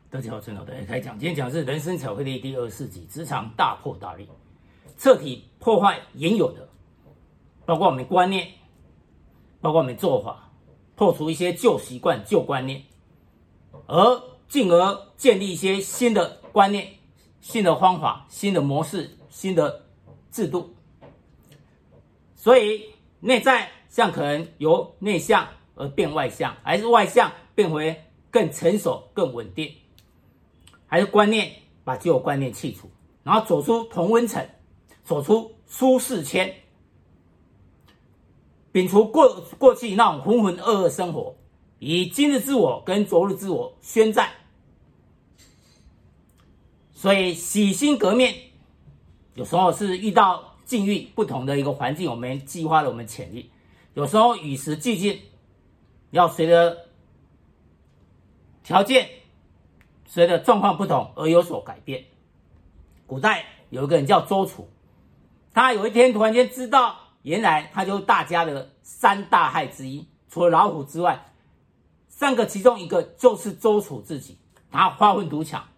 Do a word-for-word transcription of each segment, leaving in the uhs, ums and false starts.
大家好，陈老大来开讲。今天讲的是人生巧克力第二十四集，职场大破大立，彻底破坏原有的，包括我们观念，包括我们做法，破除一些旧习惯、旧观念，而进而建立一些新的观念、新的方法、新的模式、新的制度。所以内在向可能由内向而变外向，还是外向变回更成熟、更稳定，还是观念把旧观念去除，然后走出同温层，走出舒适圈，摒除过过去那种浑浑噩噩生活，以今日自我跟昨日自我宣战。所以洗心革面，有时候是遇到境遇不同的一个环境，我们激发了我们潜力；有时候与时俱进，要随着条件、随着状况不同而有所改变。古代有一个人叫周楚，他有一天突然间知道，原来他就是大家的三大害之一，除了老虎之外，三个其中一个就是周楚自己。他发愤图强，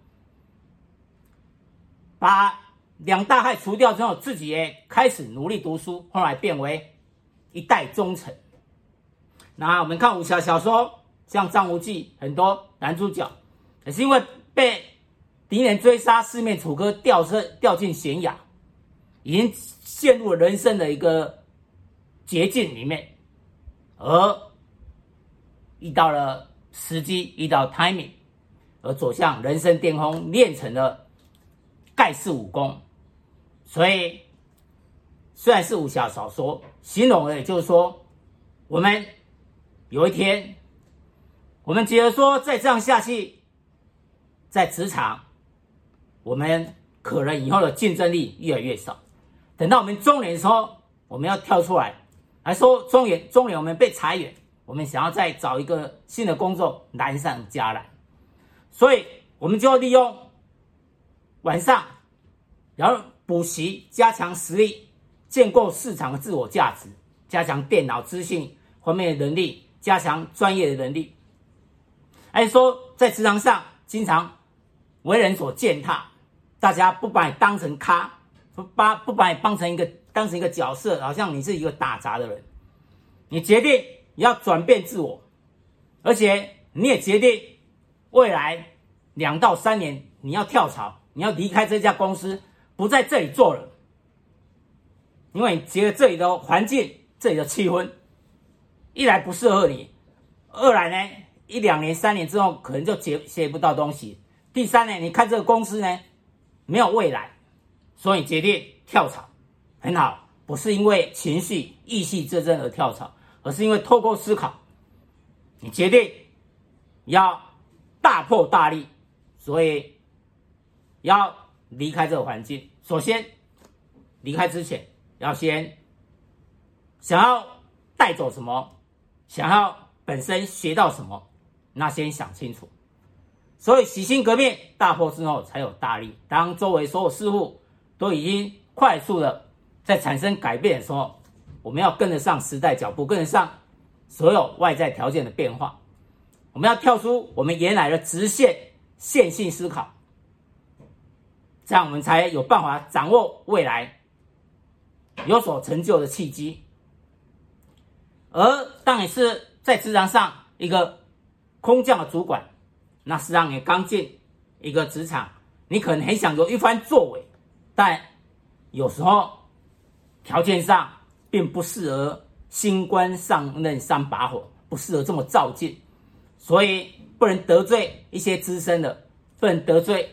把两大害除掉之后，自己也开始努力读书，后来变为一代忠臣。那我们看武侠小说，像张无忌，很多男主角也是因为被敌人追杀，四面楚歌，掉车掉进悬崖，已经陷入了人生的一个绝境里面，而遇到了时机，遇到 timing， 而走向人生巅峰，练成了盖世武功。所以虽然是武侠小说，形容的也就是说，我们有一天，我们觉得说再这样下去，在职场我们可能以后的竞争力越来越少。等到我们中年的时候，我们要跳出来来说，中年中年我们被裁员，我们想要再找一个新的工作，难上加难。所以我们就要利用晚上然后补习，加强实力，建构市场的自我价值，加强电脑资讯方面的能力，加强专业的能力。还是说在职场上经常为人所践踏，大家不把你当成咖，不把不把你当成一个当成一个角色，好像你是一个打杂的人。你决定要转变自我，而且你也决定未来两到三年你要跳槽，你要离开这家公司，不在这里做了，因为你觉得这里的环境、这里的气氛，一来不适合你，二来呢，一两年、三年之后可能就学学不到东西。第三呢，你看这个公司呢没有未来，所以你决定跳槽，很好，不是因为情绪意气之争而跳槽，而是因为透过思考，你决定要大破大立，所以要离开这个环境。首先离开之前，要先想要带走什么，想要本身学到什么，那先想清楚。所以洗心革面，大破之后才有大立。当周围所有事物都已经快速的在产生改变的时候，我们要跟得上时代脚步，跟得上所有外在条件的变化。我们要跳出我们原来的直线线性思考，这样我们才有办法掌握未来有所成就的契机。而当你是在职场上一个空降的主管，那是让你刚进一个职场，你可能很想有一番作为，但有时候条件上并不适合新官上任三把火，不适合这么照进，所以不能得罪一些资深的，不能得罪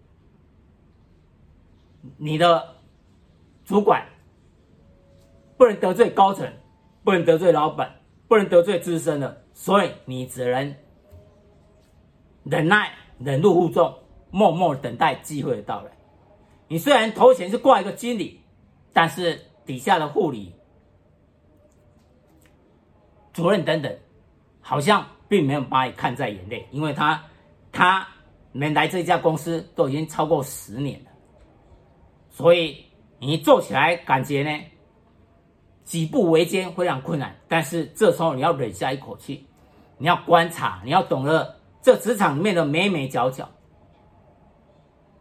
你的主管，不能得罪高层，不能得罪老板，不能得罪资深的，所以你只能忍耐，忍辱负重，默默等待机会的到来。你虽然头衔是挂一个经理，但是底下的护理、主任等等，好像并没有把你看在眼内，因为他他们来这家公司都已经超过十年了，所以你做起来感觉呢举步维艰，非常困难。但是这时候你要忍下一口气，你要观察，你要懂得这职场里面的眉眉角角，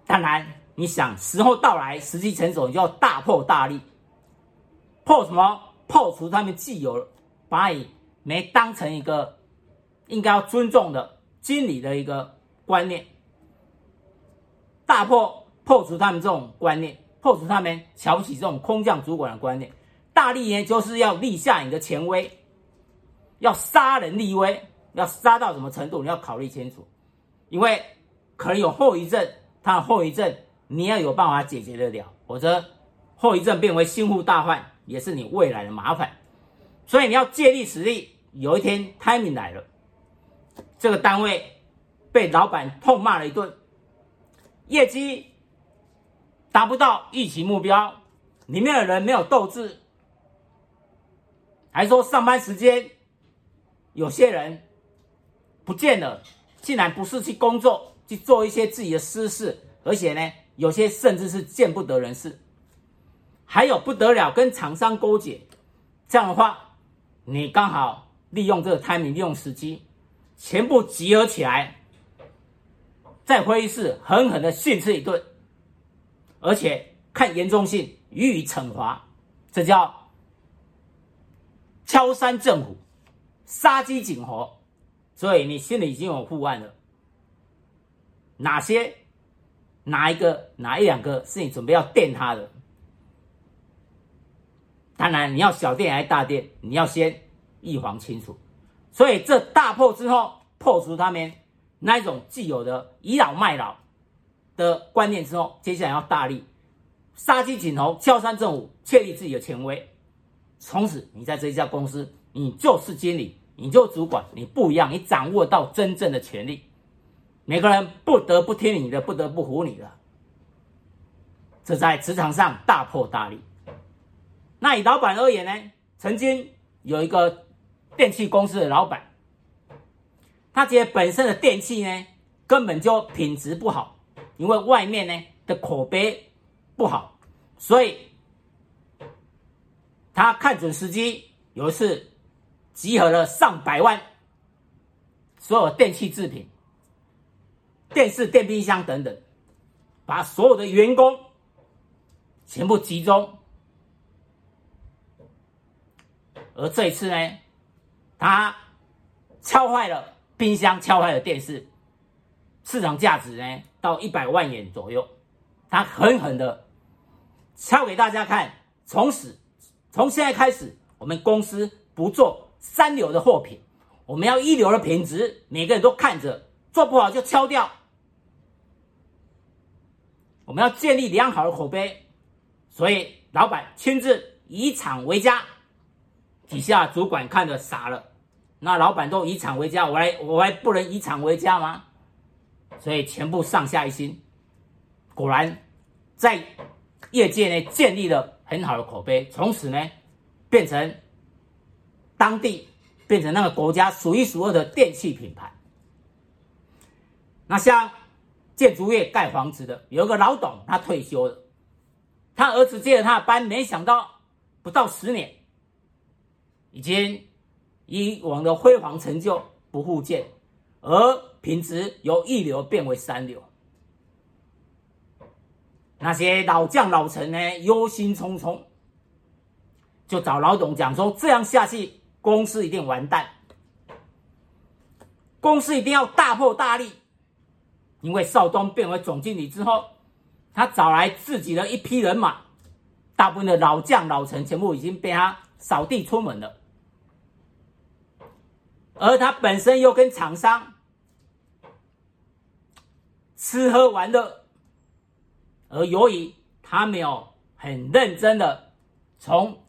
当然，你想时候到来，时机成熟，你就要大破大立。破什么？破除他们既有把你没当成一个应该要尊重的经理的一个观念，大破破除他们这种观念，破除他们瞧不起这种空降主管的观念。大立呢，就是要立下你的前威，要杀人立威，要杀到什么程度，你要考虑清楚，因为可能有后遗症，它的后遗症你要有办法解决得了，否则后遗症变为心腹大患，也是你未来的麻烦。所以你要借力使力，有一天 timing 来了，这个单位被老板痛骂了一顿，业绩达不到预期目标，里面的人没有斗志，还说上班时间有些人不见了，竟然不是去工作，去做一些自己的私事，而且呢，有些甚至是见不得人事，还有不得了，跟厂商勾结。这样的话，你刚好利用这个 timing， 利用时机，全部集合起来，在会议室狠狠的训斥一顿，而且看严重性予以惩罚，这叫敲山震虎，杀鸡儆猴。所以你心里已经有护案了，哪些哪一个哪一两个是你准备要电他的？当然，你要小电还是大电，你要先一黄清楚。所以这大破之后，破除他们那一种既有的倚老卖老的观念之后，接下来要大力杀鸡儆猴，敲山震虎，确立自己的权威。从此，你在这一家公司，你就是经理，你就是主管，你不一样，你掌握到真正的权利。每个人不得不听你的，不得不服你的。这在职场上大破大立。那以老板而言呢，曾经有一个电器公司的老板，他觉得本身的电器呢根本就品质不好，因为外面呢的口碑不好，所以他看准时机，有一次集合了上百万所有电器制品、电视、电冰箱等等，把所有的员工全部集中。而这一次呢，他敲坏了冰箱，敲坏了电视，市场价值呢到一百万元左右。他狠狠的敲给大家看，从此从现在开始，我们公司不做三流的货品，我们要一流的品质，每个人都看着，做不好就敲掉。我们要建立良好的口碑，所以老板亲自以厂为家。底下主管看着傻了，那老板都以厂为家，我还我还不能以厂为家吗？所以全部上下一心，果然在业界呢建立了很好的口碑，从此呢变成当地变成那个国家数一数二的电器品牌。那像建筑业盖房子的，有一个老董，他退休了，他儿子接了他的班，没想到不到十年，已经以往的辉煌成就不复见，而品质由一流变为三流。那些老将老臣呢，忧心忡忡，就找老董讲说，这样下去公司一定完蛋，公司一定要大破大立。因为邵东变为总经理之后，他找来自己的一批人马，大部分的老将老臣全部已经被他扫地出门了，而他本身又跟厂商吃喝玩乐，而由于他没有很认真的从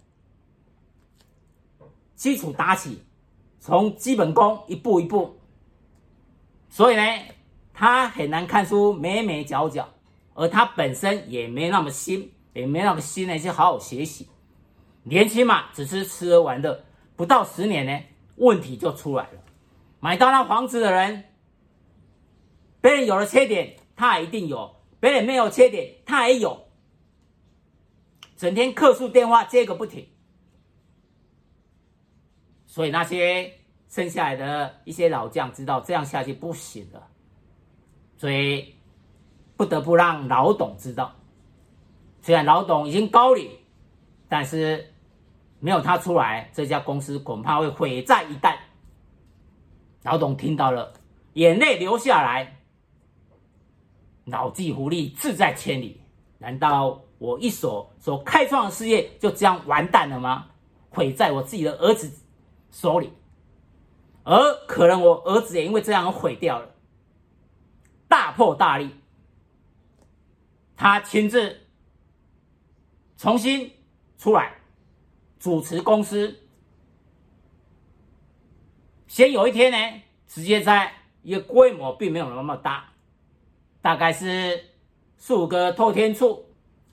基础打起，从基本功一步一步，所以呢他很难看出眉眉角角，而他本身也没那么心，也没那么心呢去好好学习。年轻嘛，只是吃喝玩乐，不到十年呢，问题就出来了。买到那房子的人，别人有了缺点，他也一定有；别人没有缺点，他也有。整天客诉电话接个不停，所以那些剩下来的一些老将知道这样下去不行了。所以不得不让老董知道。虽然老董已经高龄，但是没有他出来，这家公司恐怕会毁在一旦。老董听到了，眼泪流下来。老骥伏枥，志在千里。难道我一所所开创的事业就这样完蛋了吗？毁在我自己的儿子手里，而可能我儿子也因为这样而毁掉了。大破大立，他亲自重新出来主持公司。先有一天呢，直接在一个规模并没有那么大，大概是四五个透天厝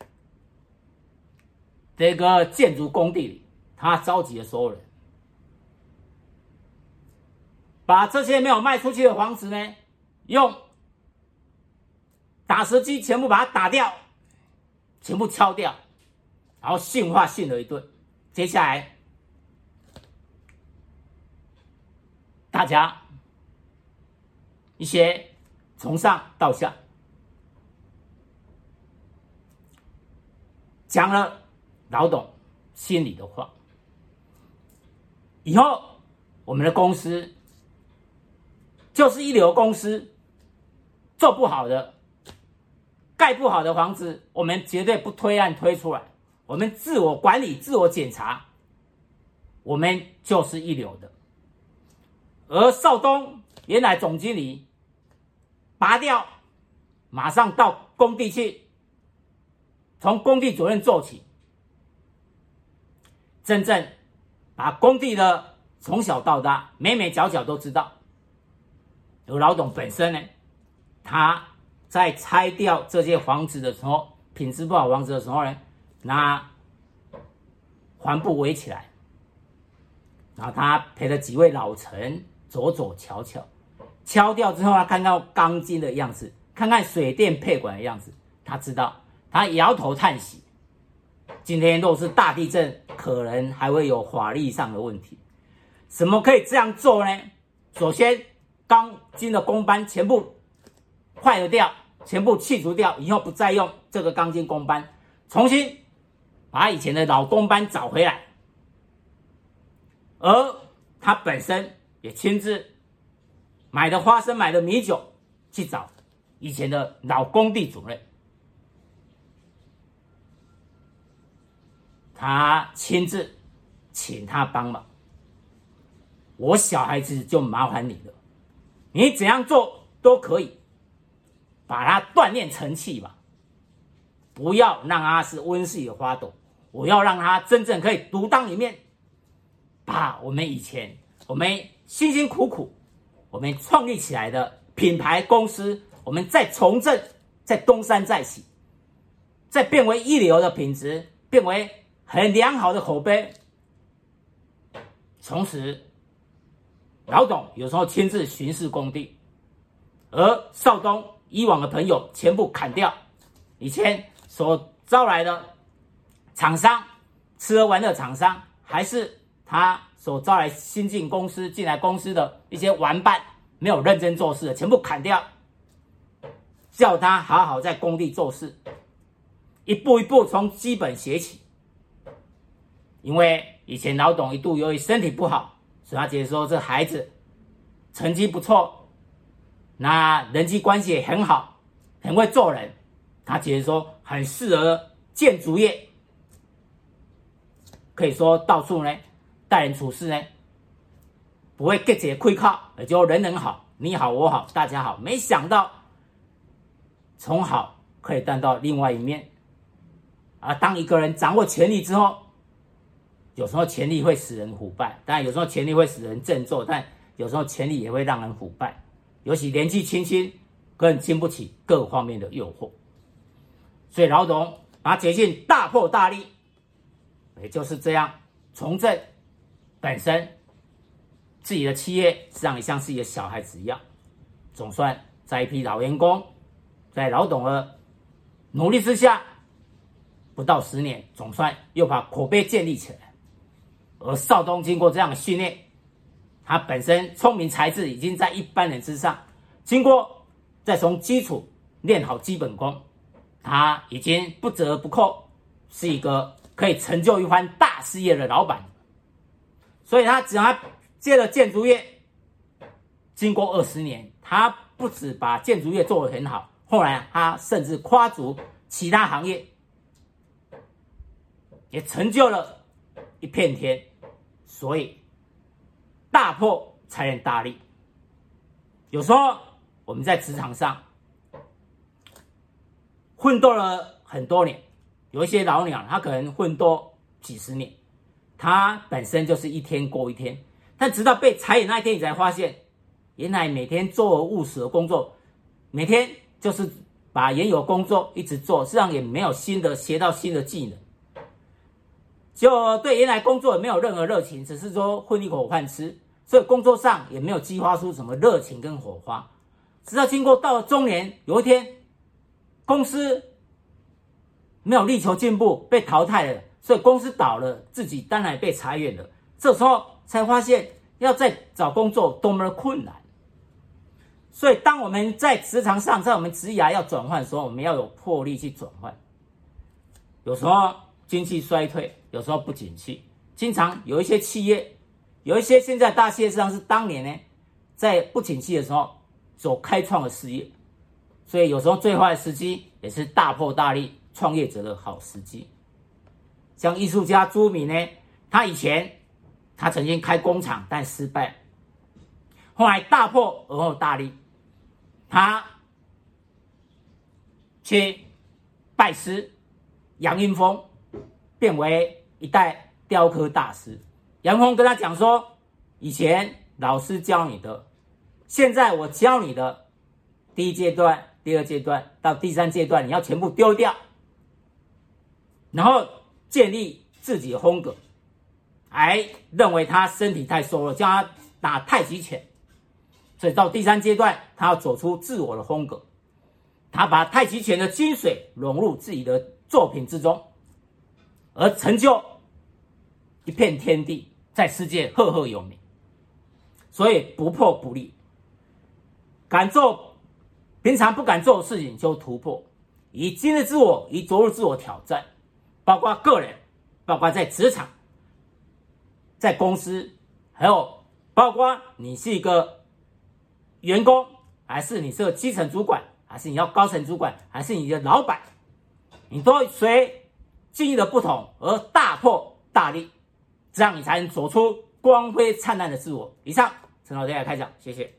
这个建筑工地里，他召集了所有人，把这些没有卖出去的房子呢，用打石机全部把它打掉，全部敲掉，然后训话训了一顿。接下来大家一些从上到下讲了老董心里的话。以后我们的公司就是一流公司，做不好的、盖不好的房子，我们绝对不推案推出来。我们自我管理、自我检查，我们就是一流的。而邵东原来总经理拔掉，马上到工地去，从工地主任做起，真正把工地的从小到大每每角角都知道。而老董本身呢，他在拆掉这些房子的时候，品质不好房子的时候呢，拿环布围起来，然后他陪了几位老臣走走瞧瞧，敲掉之后，他看到钢筋的样子，看看水电配管的样子，他知道，他摇头叹息。今天若是大地震，可能还会有法律上的问题。什么可以这样做呢？首先，钢筋的工班全部坏了掉，全部去除掉，以后不再用这个钢筋工班，重新把以前的老工班找回来。而他本身也亲自买的花生，买的米酒，去找以前的老工地主任，他亲自请他帮忙。我小孩子就麻烦你了，你怎样做都可以，把他锻炼成器吧，不要让他是温室里的花朵，我要让他真正可以独当一面，把我们以前我们辛辛苦苦我们创立起来的品牌公司，我们再重振，再东山再起，再变为一流的品质，变为很良好的口碑。从此老董有时候亲自巡视工地，而邵东以往的朋友全部砍掉，以前所招来的厂商，吃喝玩乐厂商，还是他所招来新进公司进来公司的一些玩伴，没有认真做事的，全部砍掉，叫他好好在工地做事，一步一步从基本学起。因为以前老董一度由于身体不好，所以他觉得说这孩子成绩不错，那人际关系也很好，很会做人，他觉得说很适合建筑业，可以说到处呢待人处事呢不会各解亏靠，也就人人好，你好我好大家好。没想到从好可以淡到另外一面，而当一个人掌握权力之后，有时候权力会使人腐败，当然有时候权力会使人振作，但有时候权力也会让人腐败，尤其年纪轻轻更经不起各方面的诱惑。所以老董把决心大破大立，也就是这样重振本身自己的企业，实际上也像自己的小孩子一样。总算在一批老员工在老董的努力之下，不到十年，总算又把口碑建立起来。而邵东经过这样的训练，他本身聪明才智已经在一般人之上，经过再从基础练好基本功，他已经不折不扣，是一个可以成就一番大事业的老板。所以他只要他接了建筑业，经过二十年，他不止把建筑业做得很好，后来他甚至跨足其他行业，也成就了一片天。所以大破才能大立。有时候我们在职场上奋斗了很多年，有一些老鸟他可能奋斗几十年，他本身就是一天过一天，但直到被裁员那一天，你才发现原来每天周而务实的工作，每天就是把原有工作一直做，实际上也没有新的学到新的技能，就对原来工作也没有任何热情，只是说混一口饭吃，所以工作上也没有激发出什么热情跟火花。直到经过到了中年，有一天公司没有力求进步，被淘汰了，所以公司倒了，自己当然也被裁员了。这时候才发现要再找工作多么的困难。所以当我们在职场上，在我们职涯要转换的时候，我们要有魄力去转换。有时候经济衰退，有时候不景气，经常有一些企业，有一些现在大企业实际上是当年呢在不景气的时候所开创的事业，所以有时候最坏的时机也是大破大立创业者的好时机。像艺术家朱銘呢，他以前他曾经开工厂但失败，后来大破而后大立，他去拜师杨英风，变为一代雕刻大师。杨英风跟他讲说，以前老师教你的，现在我教你的，第一阶段、第二阶段到第三阶段，你要全部丢掉，然后建立自己的风格。还认为他身体太瘦了，叫他打太极拳，所以到第三阶段，他要走出自我的风格。他把太极拳的精髓融入自己的作品之中，而成就一片天地，在世界赫赫有名。所以不破不立，敢做平常不敢做的事情就突破，以今日之我，以昨日之我挑战，包括个人，包括在职场，在公司，还有包括你是一个员工，还是你是个基层主管，还是你要高层主管，还是你的老板，你都随境遇的不同而大破大立，这样你才能走出光辉灿烂的自我。以上陈老师来开讲，谢谢。